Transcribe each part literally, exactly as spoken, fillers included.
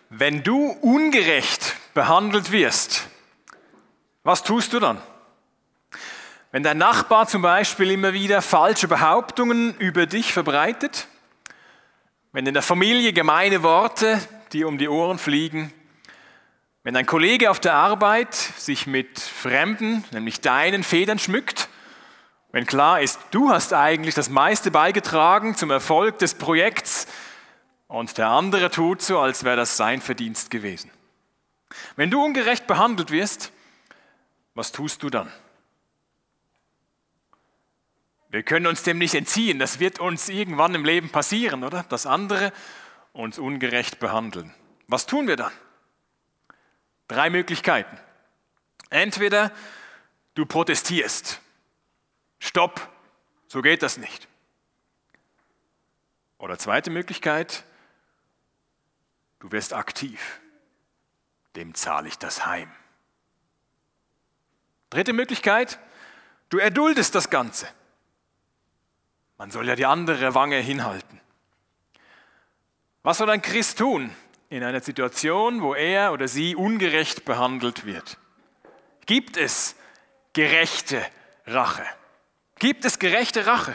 Wenn du ungerecht behandelt wirst, was tust du dann? Wenn dein Nachbar zum Beispiel immer wieder falsche Behauptungen über dich verbreitet, wenn in der Familie gemeine Worte dir um die Ohren fliegen, wenn ein Kollege auf der Arbeit sich mit Fremden, nämlich deinen Federn schmückt, wenn klar ist, du hast eigentlich das meiste beigetragen zum Erfolg des Projekts und der andere tut so, als wäre das sein Verdienst gewesen. Wenn du ungerecht behandelt wirst, was tust du dann? Wir können uns dem nicht entziehen, das wird uns irgendwann im Leben passieren, oder? Dass andere uns ungerecht behandeln. Was tun wir dann? Drei Möglichkeiten. Entweder du protestierst. Stopp, so geht das nicht. Oder zweite Möglichkeit, du wirst aktiv. Dem zahle ich das heim. Dritte Möglichkeit, du erduldest das Ganze. Man soll ja die andere Wange hinhalten. Was soll ein Christ tun in einer Situation, wo er oder sie ungerecht behandelt wird? Gibt es gerechte Rache? Gibt es gerechte Rache?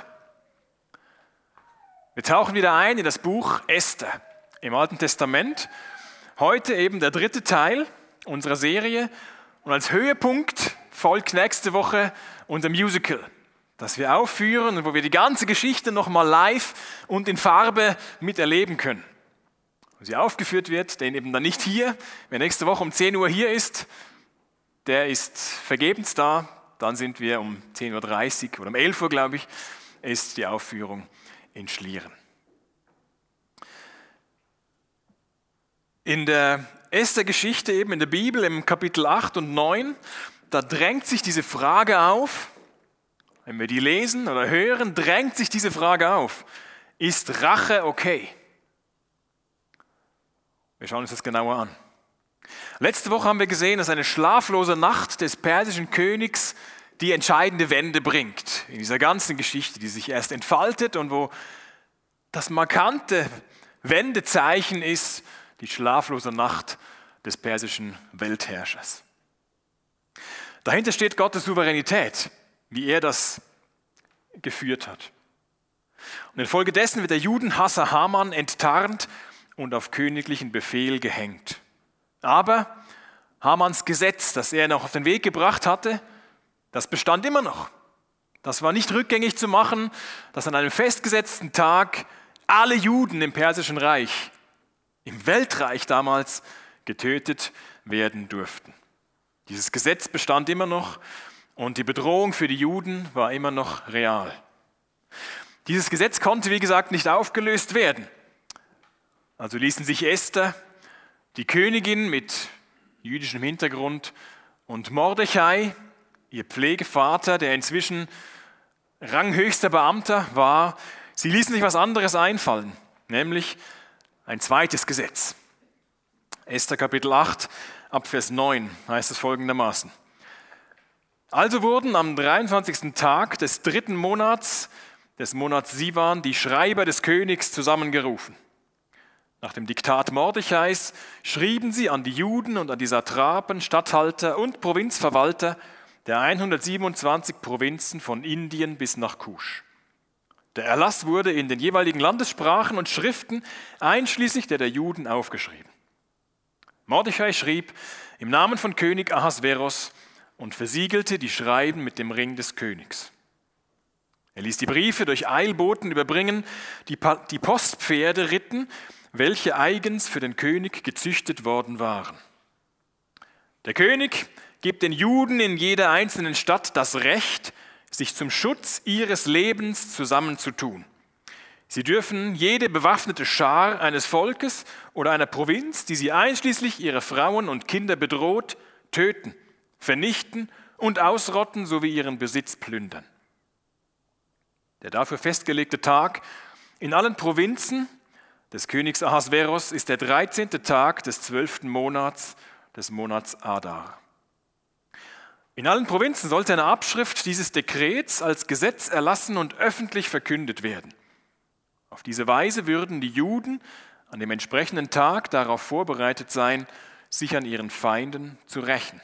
Wir tauchen wieder ein in das Buch Esther im Alten Testament. Heute eben der dritte Teil unserer Serie. Und als Höhepunkt folgt nächste Woche unser Musical, das wir aufführen und wo wir die ganze Geschichte nochmal live und in Farbe miterleben können. Und sie aufgeführt wird, den eben dann nicht hier. Wer nächste Woche um zehn Uhr hier ist, der ist vergebens da. Dann sind wir um zehn Uhr dreißig oder um elf Uhr, glaube ich, ist die Aufführung in Schlieren. In der Esther-Geschichte eben in der Bibel, im Kapitel acht und neun, da drängt sich diese Frage auf, wenn wir die lesen oder hören, drängt sich diese Frage auf. Ist Rache okay? Wir schauen uns das genauer an. Letzte Woche haben wir gesehen, dass eine schlaflose Nacht des persischen Königs die entscheidende Wende bringt in dieser ganzen Geschichte, die sich erst entfaltet und wo das markante Wendezeichen ist, die schlaflose Nacht des persischen Weltherrschers. Dahinter steht Gottes Souveränität, wie er das geführt hat. Und infolgedessen wird der Judenhasser Haman enttarnt und auf königlichen Befehl gehängt. Aber Hamans Gesetz, das er noch auf den Weg gebracht hatte, das bestand immer noch. Das war nicht rückgängig zu machen, dass an einem festgesetzten Tag alle Juden im Persischen Reich, im Weltreich damals, getötet werden durften. Dieses Gesetz bestand immer noch und die Bedrohung für die Juden war immer noch real. Dieses Gesetz konnte, wie gesagt, nicht aufgelöst werden. Also ließen sich Esther, die Königin mit jüdischem Hintergrund, und Mordechai, ihr Pflegevater, der inzwischen ranghöchster Beamter war, sie ließen sich was anderes einfallen, nämlich ein zweites Gesetz. Esther Kapitel acht, ab Vers neun heißt es folgendermaßen. Also wurden am dreiundzwanzigsten Tag des dritten Monats, des Monats Sivan, die Schreiber des Königs zusammengerufen. Nach dem Diktat Mordechais schrieben sie an die Juden und an die Satrapen, Statthalter und Provinzverwalter der hundertsiebenundzwanzig Provinzen von Indien bis nach Kusch. Der Erlass wurde in den jeweiligen Landessprachen und Schriften einschließlich der der Juden aufgeschrieben. Mordechai schrieb im Namen von König Ahasveros und versiegelte die Schreiben mit dem Ring des Königs. Er ließ die Briefe durch Eilboten überbringen, die die Postpferde ritten, welche eigens für den König gezüchtet worden waren. Der König gibt den Juden in jeder einzelnen Stadt das Recht, sich zum Schutz ihres Lebens zusammenzutun. Sie dürfen jede bewaffnete Schar eines Volkes oder einer Provinz, die sie einschließlich ihrer Frauen und Kinder bedroht, töten, vernichten und ausrotten sowie ihren Besitz plündern. Der dafür festgelegte Tag in allen Provinzen des Königs Ahasveros ist der dreizehnte Tag des zwölften Monats des Monats Adar. In allen Provinzen sollte eine Abschrift dieses Dekrets als Gesetz erlassen und öffentlich verkündet werden. Auf diese Weise würden die Juden an dem entsprechenden Tag darauf vorbereitet sein, sich an ihren Feinden zu rächen.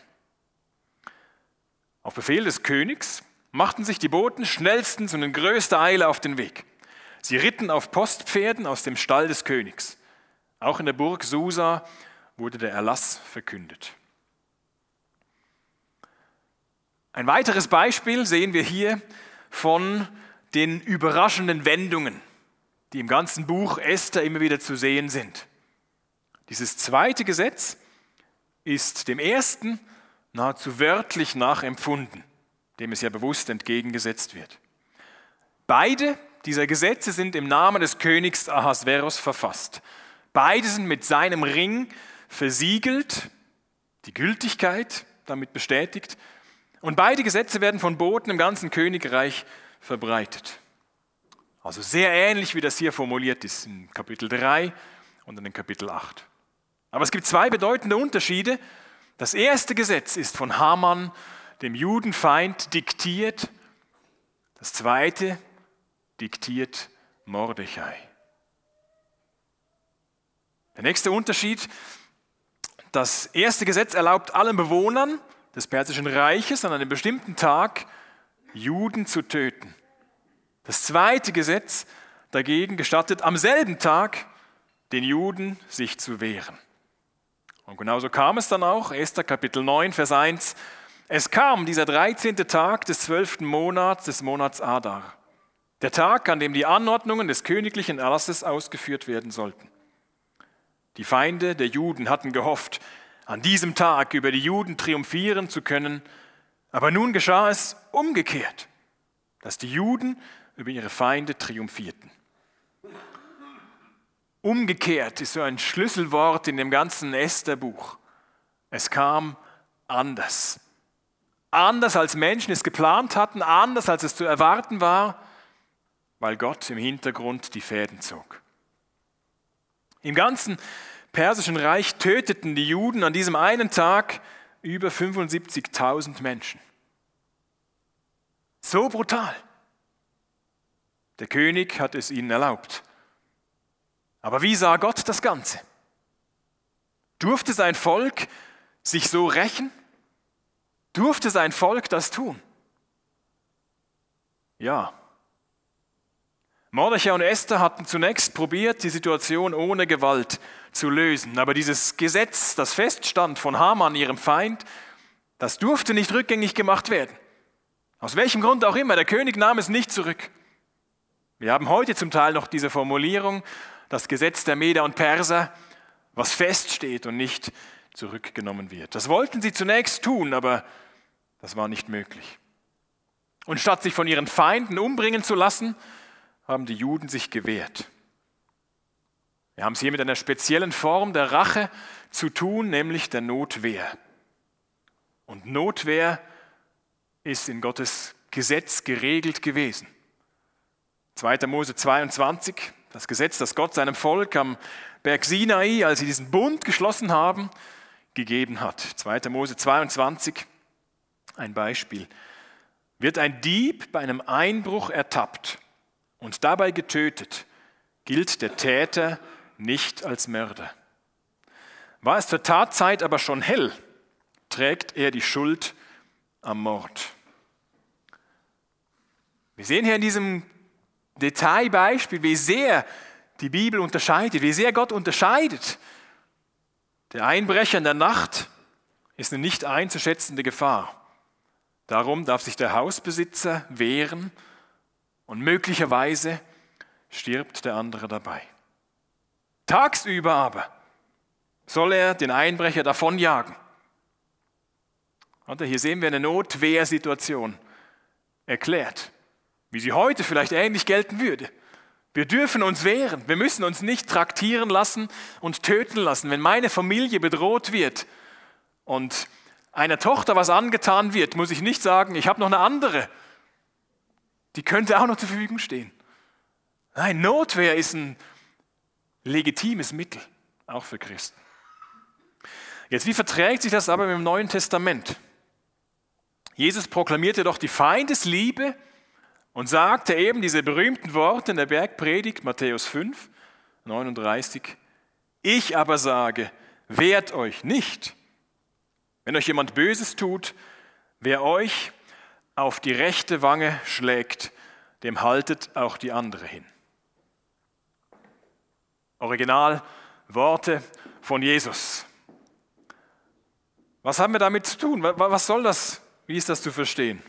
Auf Befehl des Königs machten sich die Boten schnellstens und in größter Eile auf den Weg. Sie ritten auf Postpferden aus dem Stall des Königs. Auch in der Burg Susa wurde der Erlass verkündet. Ein weiteres Beispiel sehen wir hier von den überraschenden Wendungen, die im ganzen Buch Esther immer wieder zu sehen sind. Dieses zweite Gesetz ist dem ersten nahezu wörtlich nachempfunden, dem es ja bewusst entgegengesetzt wird. Beide dieser Gesetze sind im Namen des Königs Ahasveros verfasst. Beide sind mit seinem Ring versiegelt, die Gültigkeit damit bestätigt. Und beide Gesetze werden von Boten im ganzen Königreich verbreitet. Also sehr ähnlich, wie das hier formuliert ist in Kapitel drei und in Kapitel acht. Aber es gibt zwei bedeutende Unterschiede. Das erste Gesetz ist von Haman, dem Judenfeind, diktiert. Das zweite diktiert Mordechai. Der nächste Unterschied: Das erste Gesetz erlaubt allen Bewohnern des Persischen Reiches an einem bestimmten Tag Juden zu töten. Das zweite Gesetz dagegen gestattet am selben Tag den Juden sich zu wehren. Und genauso kam es dann auch, Esther Kapitel neun, Vers eins. Es kam dieser dreizehnte Tag des zwölften Monats des Monats Adar, der Tag, an dem die Anordnungen des königlichen Erlasses ausgeführt werden sollten. Die Feinde der Juden hatten gehofft, an diesem Tag über die Juden triumphieren zu können, aber nun geschah es umgekehrt, dass die Juden über ihre Feinde triumphierten. Umgekehrt ist so ein Schlüsselwort in dem ganzen Esther-Buch. Es kam anders. Anders als Menschen es geplant hatten, anders als es zu erwarten war, weil Gott im Hintergrund die Fäden zog. Im ganzen Persischen Reich töteten die Juden an diesem einen Tag über fünfundsiebzigtausend Menschen. So brutal. Der König hat es ihnen erlaubt. Aber wie sah Gott das Ganze? Durfte sein Volk sich so rächen? Durfte sein Volk das tun? Ja. Mordechai und Esther hatten zunächst probiert, die Situation ohne Gewalt zu lösen. Aber dieses Gesetz, das feststand von Haman, ihrem Feind, das durfte nicht rückgängig gemacht werden. Aus welchem Grund auch immer, der König nahm es nicht zurück. Wir haben heute zum Teil noch diese Formulierung, das Gesetz der Meder und Perser, was feststeht und nicht zurückgenommen wird. Das wollten sie zunächst tun, aber das war nicht möglich. Und statt sich von ihren Feinden umbringen zu lassen, haben die Juden sich gewehrt. Wir haben es hier mit einer speziellen Form der Rache zu tun, nämlich der Notwehr. Und Notwehr ist in Gottes Gesetz geregelt gewesen. zweiter Mose zweiundzwanzig, das Gesetz, das Gott seinem Volk am Berg Sinai, als sie diesen Bund geschlossen haben, gegeben hat. zweiter Mose zweiundzwanzig, ein Beispiel. Wird ein Dieb bei einem Einbruch ertappt und dabei getötet, gilt der Täter nicht als Mörder. War es zur Tatzeit aber schon hell, trägt er die Schuld am Mord. Wir sehen hier in diesem Detailbeispiel, wie sehr die Bibel unterscheidet, wie sehr Gott unterscheidet. Der Einbrecher in der Nacht ist eine nicht einzuschätzende Gefahr. Darum darf sich der Hausbesitzer wehren und möglicherweise stirbt der andere dabei. Tagsüber aber soll er den Einbrecher davonjagen. Und hier sehen wir eine Notwehrsituation erklärt, wie sie heute vielleicht ähnlich gelten würde. Wir dürfen uns wehren, wir müssen uns nicht traktieren lassen und töten lassen. Wenn meine Familie bedroht wird und einer Tochter was angetan wird, muss ich nicht sagen, ich habe noch eine andere, die könnte auch noch zur Verfügung stehen. Nein, Notwehr ist ein legitimes Mittel, auch für Christen. Jetzt, wie verträgt sich das aber mit dem Neuen Testament? Jesus proklamierte doch die Feindesliebe und sagte eben diese berühmten Worte in der Bergpredigt, Matthäus fünf, neununddreißig, Ich aber sage, wehrt euch nicht. Wenn euch jemand Böses tut, wer euch auf die rechte Wange schlägt, dem haltet auch die andere hin. Original Worte von Jesus. Was haben wir damit zu tun? Was soll das? Wie ist das zu verstehen?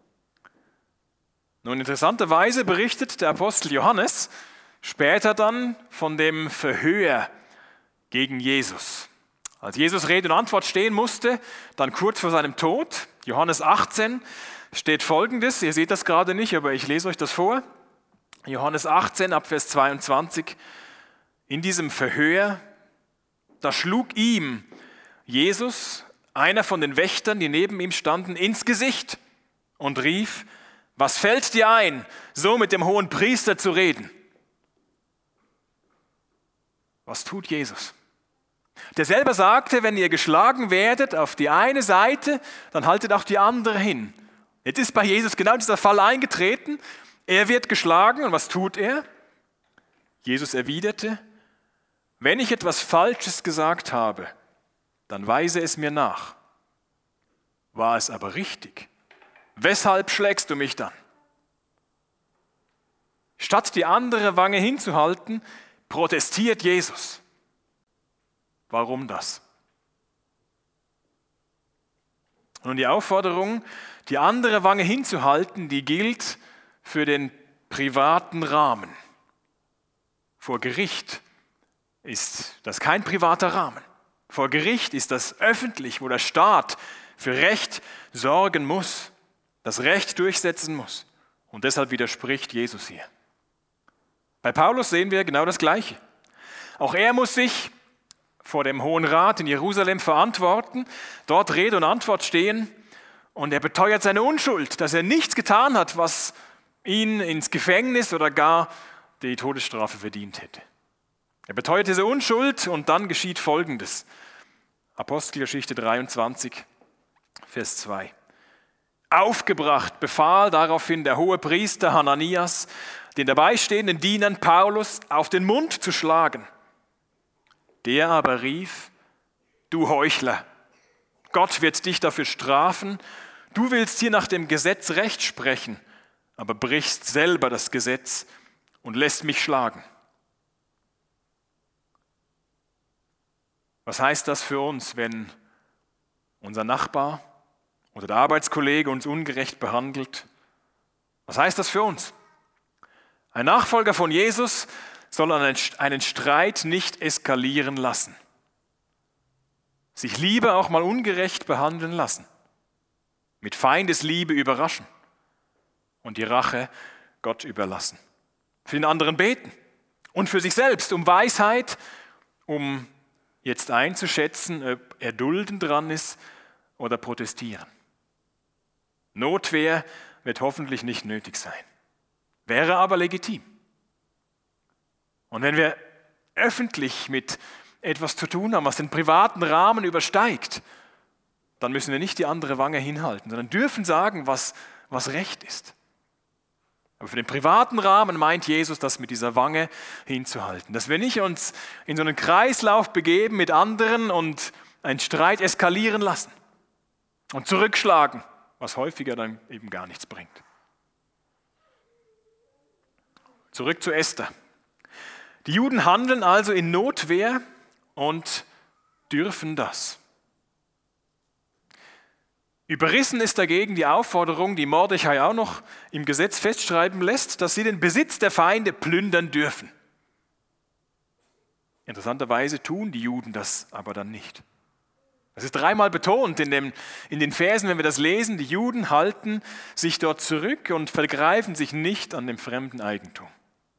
Nun, interessanterweise berichtet der Apostel Johannes später dann von dem Verhör gegen Jesus. Als Jesus Rede und Antwort stehen musste, dann kurz vor seinem Tod, Johannes achtzehn, steht Folgendes, ihr seht das gerade nicht, aber ich lese euch das vor. Johannes achtzehn, ab Vers zweiundzwanzig. In diesem Verhör, da schlug ihm Jesus, einer von den Wächtern, die neben ihm standen, ins Gesicht und rief, was fällt dir ein, so mit dem hohen Priester zu reden? Was tut Jesus? Der selber sagte, wenn ihr geschlagen werdet auf die eine Seite, dann haltet auch die andere hin. Jetzt ist bei Jesus genau dieser Fall eingetreten. Er wird geschlagen und was tut er? Jesus erwiderte, wenn ich etwas Falsches gesagt habe, dann weise es mir nach. War es aber richtig? Weshalb schlägst du mich dann? Statt die andere Wange hinzuhalten, protestiert Jesus. Warum das? Nun, die Aufforderung, die andere Wange hinzuhalten, die gilt für den privaten Rahmen. Vor Gericht ist das kein privater Rahmen. Vor Gericht ist das öffentlich, wo der Staat für Recht sorgen muss, das Recht durchsetzen muss. Und deshalb widerspricht Jesus hier. Bei Paulus sehen wir genau das Gleiche. Auch er muss sich vor dem Hohen Rat in Jerusalem verantworten, dort Rede und Antwort stehen und er beteuert seine Unschuld, dass er nichts getan hat, was ihn ins Gefängnis oder gar die Todesstrafe verdient hätte. Er beteuert diese Unschuld und dann geschieht Folgendes. Apostelgeschichte dreiundzwanzig, Vers zwei. Aufgebracht befahl daraufhin der hohe Priester Hananias, den dabeistehenden Dienern Paulus auf den Mund zu schlagen. Der aber rief, du Heuchler, Gott wird dich dafür strafen, du willst hier nach dem Gesetz Recht sprechen, aber brichst selber das Gesetz und lässt mich schlagen. Was heißt das für uns, wenn unser Nachbar oder der Arbeitskollege uns ungerecht behandelt? Was heißt das für uns? Ein Nachfolger von Jesus soll einen Streit nicht eskalieren lassen. Sich lieber auch mal ungerecht behandeln lassen. Mit Feindesliebe überraschen und die Rache Gott überlassen. Für den anderen beten und für sich selbst um Weisheit, um jetzt einzuschätzen, ob Erdulden dran ist oder protestieren. Notwehr wird hoffentlich nicht nötig sein, wäre aber legitim. Und wenn wir öffentlich mit etwas zu tun haben, was den privaten Rahmen übersteigt, dann müssen wir nicht die andere Wange hinhalten, sondern dürfen sagen, was, was Recht ist. Aber für den privaten Rahmen meint Jesus, das mit dieser Wange hinzuhalten. Dass wir nicht uns in so einen Kreislauf begeben mit anderen und einen Streit eskalieren lassen und zurückschlagen, was häufiger dann eben gar nichts bringt. Zurück zu Esther. Die Juden handeln also in Notwehr und dürfen das. Überrissen ist dagegen die Aufforderung, die Mordechai auch noch im Gesetz festschreiben lässt, dass sie den Besitz der Feinde plündern dürfen. Interessanterweise tun die Juden das aber dann nicht. Das ist dreimal betont in, dem, in den Versen, wenn wir das lesen. Die Juden halten sich dort zurück und vergreifen sich nicht an dem fremden Eigentum.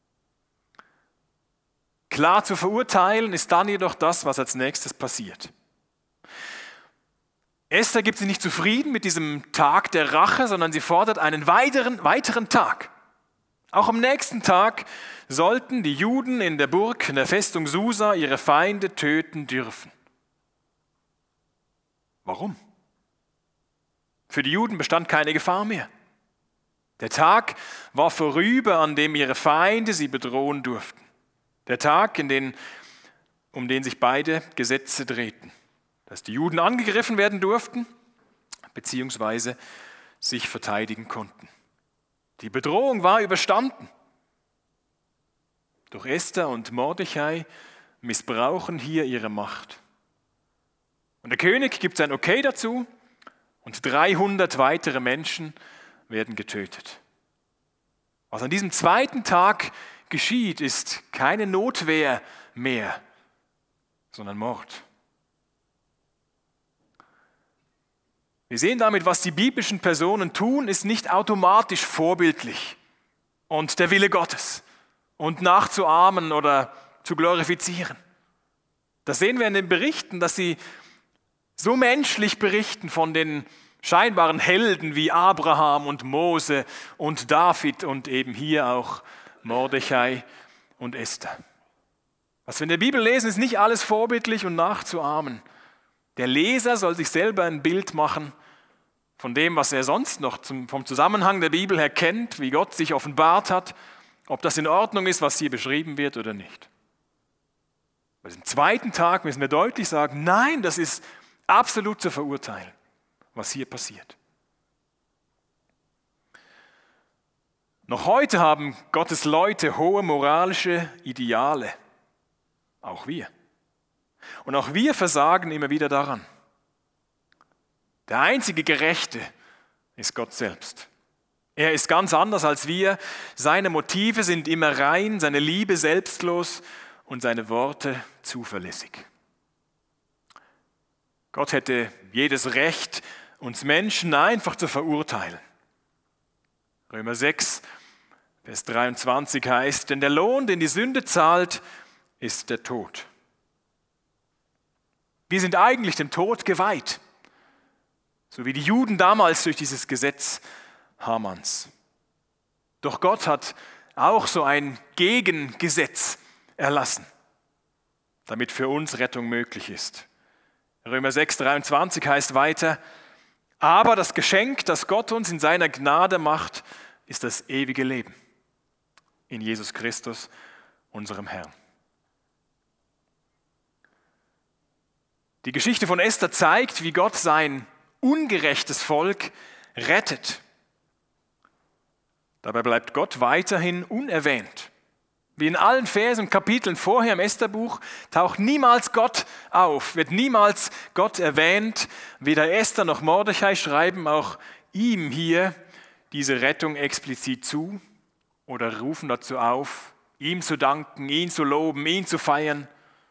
Klar zu verurteilen ist dann jedoch das, was als nächstes passiert. Esther gibt sich nicht zufrieden mit diesem Tag der Rache, sondern sie fordert einen weiteren, weiteren Tag. Auch am nächsten Tag sollten die Juden in der Burg, in der Festung Susa, ihre Feinde töten dürfen. Warum? Für die Juden bestand keine Gefahr mehr. Der Tag war vorüber, an dem ihre Feinde sie bedrohen durften. Der Tag, in dem um den sich beide Gesetze drehten. Dass die Juden angegriffen werden durften, beziehungsweise sich verteidigen konnten. Die Bedrohung war überstanden. Doch Esther und Mordechai missbrauchen hier ihre Macht. Und der König gibt sein Okay dazu und dreihundert weitere Menschen werden getötet. Was an diesem zweiten Tag geschieht, ist keine Notwehr mehr, sondern Mord. Wir sehen damit, was die biblischen Personen tun, ist nicht automatisch vorbildlich und der Wille Gottes und nachzuahmen oder zu glorifizieren. Das sehen wir in den Berichten, dass sie so menschlich berichten von den scheinbaren Helden wie Abraham und Mose und David und eben hier auch Mordechai und Esther. Was wir in der Bibel lesen, ist nicht alles vorbildlich und nachzuahmen. Der Leser soll sich selber ein Bild machen von dem, was er sonst noch zum, vom Zusammenhang der Bibel her kennt, wie Gott sich offenbart hat, ob das in Ordnung ist, was hier beschrieben wird oder nicht. Bei diesem zweiten Tag müssen wir deutlich sagen, nein, das ist absolut zu verurteilen, was hier passiert. Noch heute haben Gottes Leute hohe moralische Ideale, auch wir. Und auch wir versagen immer wieder daran. Der einzige Gerechte ist Gott selbst. Er ist ganz anders als wir. Seine Motive sind immer rein, seine Liebe selbstlos und seine Worte zuverlässig. Gott hätte jedes Recht, uns Menschen einfach zu verurteilen. Römer sechs, Vers dreiundzwanzig heißt, denn der Lohn, den die Sünde zahlt, ist der Tod. Wir sind eigentlich dem Tod geweiht, so wie die Juden damals durch dieses Gesetz Hamans. Doch Gott hat auch so ein Gegengesetz erlassen, damit für uns Rettung möglich ist. Römer sechs, dreiundzwanzig heißt weiter, aber das Geschenk, das Gott uns in seiner Gnade macht, ist das ewige Leben in Jesus Christus, unserem Herrn. Die Geschichte von Esther zeigt, wie Gott sein ungerechtes Volk rettet. Dabei bleibt Gott weiterhin unerwähnt. Wie in allen Versen und Kapiteln vorher im Estherbuch taucht niemals Gott auf, wird niemals Gott erwähnt. Weder Esther noch Mordechai schreiben auch ihm hier diese Rettung explizit zu oder rufen dazu auf, ihm zu danken, ihn zu loben, ihn zu feiern.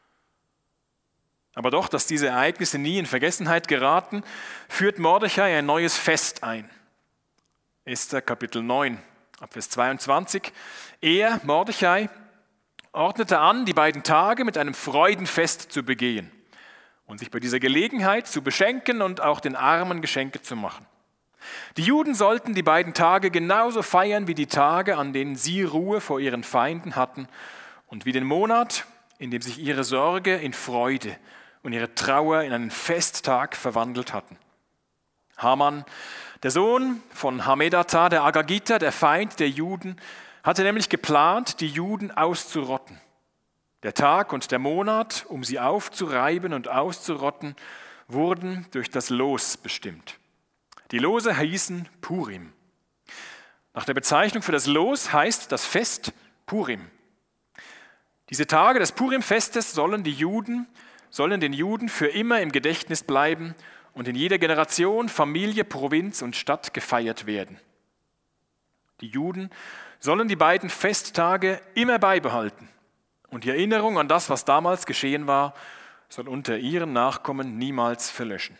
Aber doch, dass diese Ereignisse nie in Vergessenheit geraten, führt Mordechai ein neues Fest ein. Esther Kapitel neun, ab Vers zweiundzwanzig. Er, Mordechai, ordnete an, die beiden Tage mit einem Freudenfest zu begehen und sich bei dieser Gelegenheit zu beschenken und auch den Armen Geschenke zu machen. Die Juden sollten die beiden Tage genauso feiern wie die Tage, an denen sie Ruhe vor ihren Feinden hatten und wie den Monat, in dem sich ihre Sorge in Freude und ihre Trauer in einen Festtag verwandelt hatten. Haman, der Sohn von Hamedata, der Agagiter, der Feind der Juden, hatte nämlich geplant, die Juden auszurotten. Der Tag und der Monat, um sie aufzureiben und auszurotten, wurden durch das Los bestimmt. Die Lose hießen Purim. Nach der Bezeichnung für das Los heißt das Fest Purim. Diese Tage des Purim-Festes sollen die Juden, sollen den Juden für immer im Gedächtnis bleiben und in jeder Generation, Familie, Provinz und Stadt gefeiert werden. Die Juden sollen die beiden Festtage immer beibehalten und die Erinnerung an das, was damals geschehen war, soll unter ihren Nachkommen niemals verlöschen.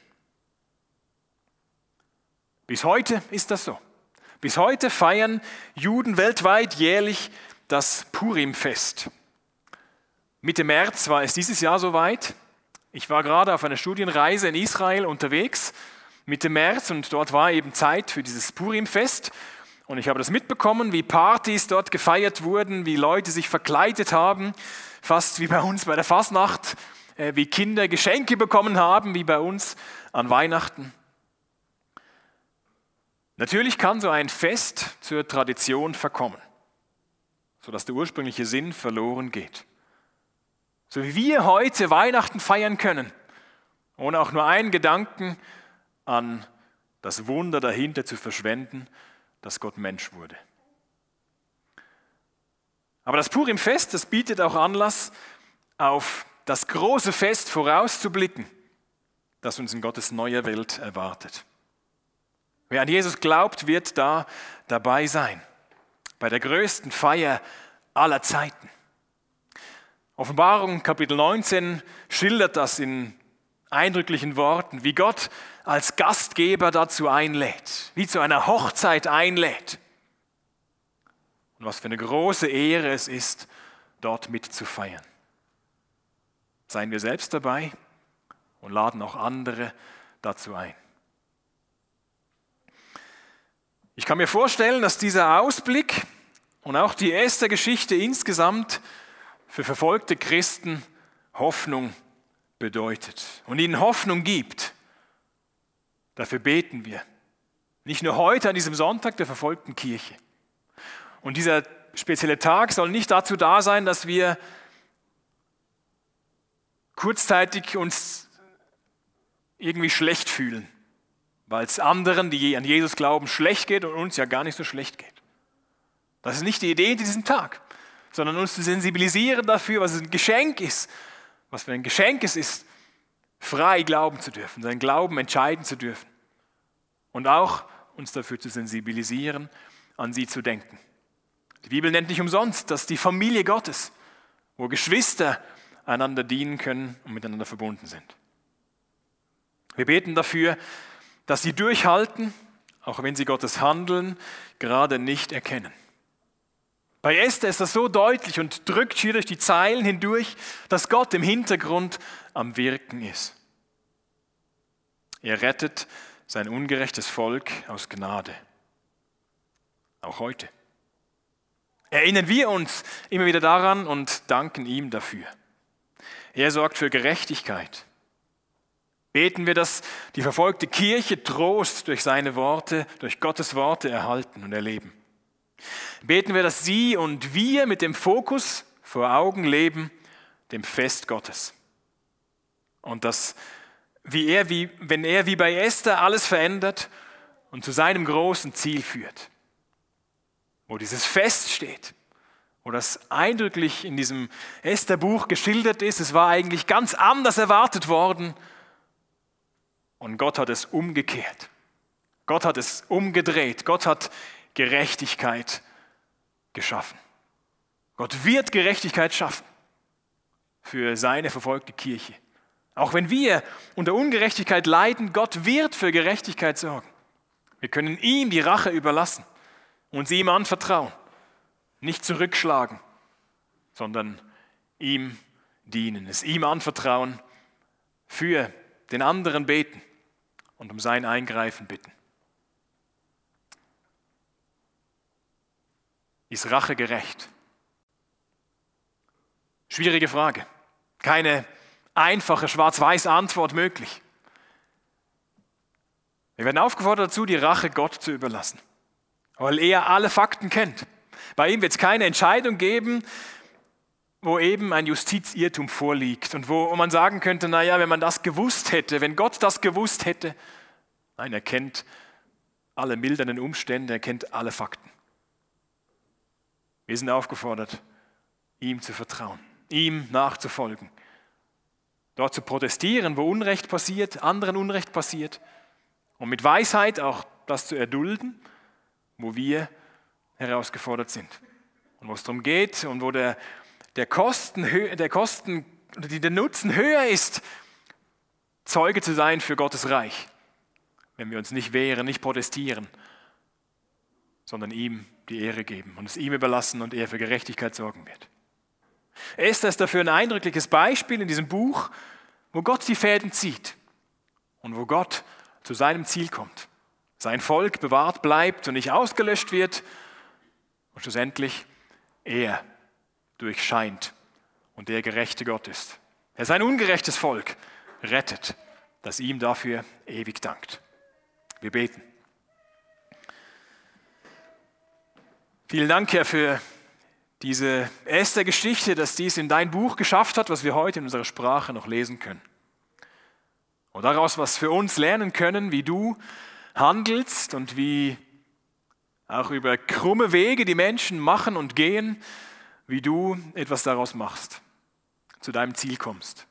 Bis heute ist das so. Bis heute feiern Juden weltweit jährlich das Purim-Fest. Mitte März war es dieses Jahr soweit. Ich war gerade auf einer Studienreise in Israel unterwegs, Mitte März, und dort war eben Zeit für dieses Purim-Fest. Und ich habe das mitbekommen, wie Partys dort gefeiert wurden, wie Leute sich verkleidet haben, fast wie bei uns bei der Fasnacht, wie Kinder Geschenke bekommen haben, wie bei uns an Weihnachten. Natürlich kann so ein Fest zur Tradition verkommen, sodass der ursprüngliche Sinn verloren geht. So wie wir heute Weihnachten feiern können, ohne auch nur einen Gedanken an das Wunder dahinter zu verschwenden, dass Gott Mensch wurde. Aber das Purimfest, das bietet auch Anlass, auf das große Fest vorauszublicken, das uns in Gottes neuer Welt erwartet. Wer an Jesus glaubt, wird da dabei sein, bei der größten Feier aller Zeiten. Offenbarung Kapitel neunzehn schildert das in eindrücklichen Worten, wie Gott als Gastgeber dazu einlädt, wie zu einer Hochzeit einlädt. Und was für eine große Ehre es ist, dort mitzufeiern. Seien wir selbst dabei und laden auch andere dazu ein. Ich kann mir vorstellen, dass dieser Ausblick und auch die Esther-Geschichte insgesamt für verfolgte Christen Hoffnung bedeutet und ihnen Hoffnung gibt. Dafür beten wir. Nicht nur heute an diesem Sonntag der verfolgten Kirche. Und dieser spezielle Tag soll nicht dazu da sein, dass wir kurzzeitig uns irgendwie schlecht fühlen, weil es anderen, die an Jesus glauben, schlecht geht und uns ja gar nicht so schlecht geht. Das ist nicht die Idee in diesem Tag, sondern uns zu sensibilisieren dafür, was ein Geschenk ist, was für ein Geschenk es ist, frei glauben zu dürfen, seinen Glauben entscheiden zu dürfen und auch uns dafür zu sensibilisieren, an sie zu denken. Die Bibel nennt nicht umsonst das die Familie Gottes, wo Geschwister einander dienen können und miteinander verbunden sind. Wir beten dafür, dass sie durchhalten, auch wenn sie Gottes Handeln gerade nicht erkennen. Bei Esther ist das so deutlich und drückt hier durch die Zeilen hindurch, dass Gott im Hintergrund am Wirken ist. Er rettet sein ungerechtes Volk aus Gnade. Auch heute. Erinnern wir uns immer wieder daran und danken ihm dafür. Er sorgt für Gerechtigkeit. Beten wir, dass die verfolgte Kirche Trost durch seine Worte, durch Gottes Worte erhalten und erleben. Beten wir, dass sie und wir mit dem Fokus vor Augen leben, dem Fest Gottes. Und dass, wie er, wie, wenn er wie bei Esther alles verändert und zu seinem großen Ziel führt, wo dieses Fest steht, wo das eindrücklich in diesem Esther-Buch geschildert ist, es war eigentlich ganz anders erwartet worden und Gott hat es umgekehrt. Gott hat es umgedreht. Gott hat Gerechtigkeit geschaffen. Gott wird Gerechtigkeit schaffen für seine verfolgte Kirche. Auch wenn wir unter Ungerechtigkeit leiden, Gott wird für Gerechtigkeit sorgen. Wir können ihm die Rache überlassen und sie ihm anvertrauen. Nicht zurückschlagen, sondern ihm dienen, es ihm anvertrauen, für den anderen beten und um sein Eingreifen bitten. Ist Rache gerecht? Schwierige Frage. Keine einfache schwarz-weiß Antwort möglich. Wir werden aufgefordert dazu, die Rache Gott zu überlassen, weil er alle Fakten kennt. Bei ihm wird es keine Entscheidung geben, wo eben ein Justizirrtum vorliegt und wo man sagen könnte, naja, wenn man das gewusst hätte, wenn Gott das gewusst hätte. Nein, er kennt alle mildernden Umstände, er kennt alle Fakten. Wir sind aufgefordert, ihm zu vertrauen, ihm nachzufolgen, dort zu protestieren, wo Unrecht passiert, anderen Unrecht passiert und mit Weisheit auch das zu erdulden, wo wir herausgefordert sind und wo es darum geht und wo der, der Kosten, der Kosten oder der Nutzen höher ist, Zeuge zu sein für Gottes Reich, wenn wir uns nicht wehren, nicht protestieren, sondern ihm die Ehre geben und es ihm überlassen und er für Gerechtigkeit sorgen wird. Esther ist dafür ein eindrückliches Beispiel in diesem Buch, wo Gott die Fäden zieht und wo Gott zu seinem Ziel kommt. Sein Volk bewahrt bleibt und nicht ausgelöscht wird und schlussendlich er durchscheint und der gerechte Gott ist. Er sein ungerechtes Volk rettet, das ihm dafür ewig dankt. Wir beten. Vielen Dank, Herr, für diese Esther-Geschichte, dass dies in dein Buch geschafft hat, was wir heute in unserer Sprache noch lesen können. Und daraus was für uns lernen können, wie du handelst und wie auch über krumme Wege die Menschen machen und gehen, wie du etwas daraus machst, zu deinem Ziel kommst.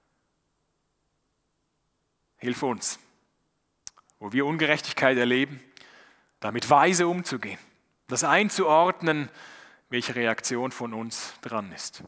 Hilf uns, wo wir Ungerechtigkeit erleben, damit weise umzugehen, das einzuordnen, welche Reaktion von uns dran ist.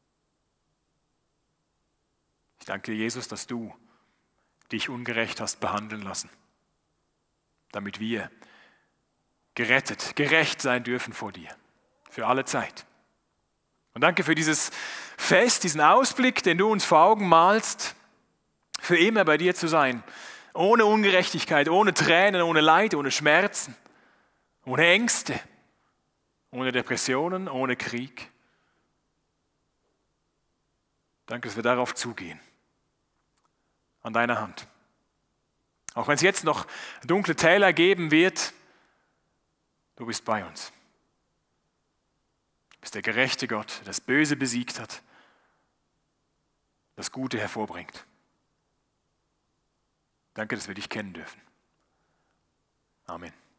Ich danke dir, Jesus, dass du dich ungerecht hast behandeln lassen, damit wir gerettet, gerecht sein dürfen vor dir, für alle Zeit. Und danke für dieses Fest, diesen Ausblick, den du uns vor Augen malst, für immer bei dir zu sein, ohne Ungerechtigkeit, ohne Tränen, ohne Leid, ohne Schmerzen, ohne Ängste, ohne Depressionen, ohne Krieg. Danke, dass wir darauf zugehen, an deiner Hand. Auch wenn es jetzt noch dunkle Täler geben wird, du bist bei uns. Du bist der gerechte Gott, der das Böse besiegt hat, das Gute hervorbringt. Danke, dass wir dich kennen dürfen. Amen.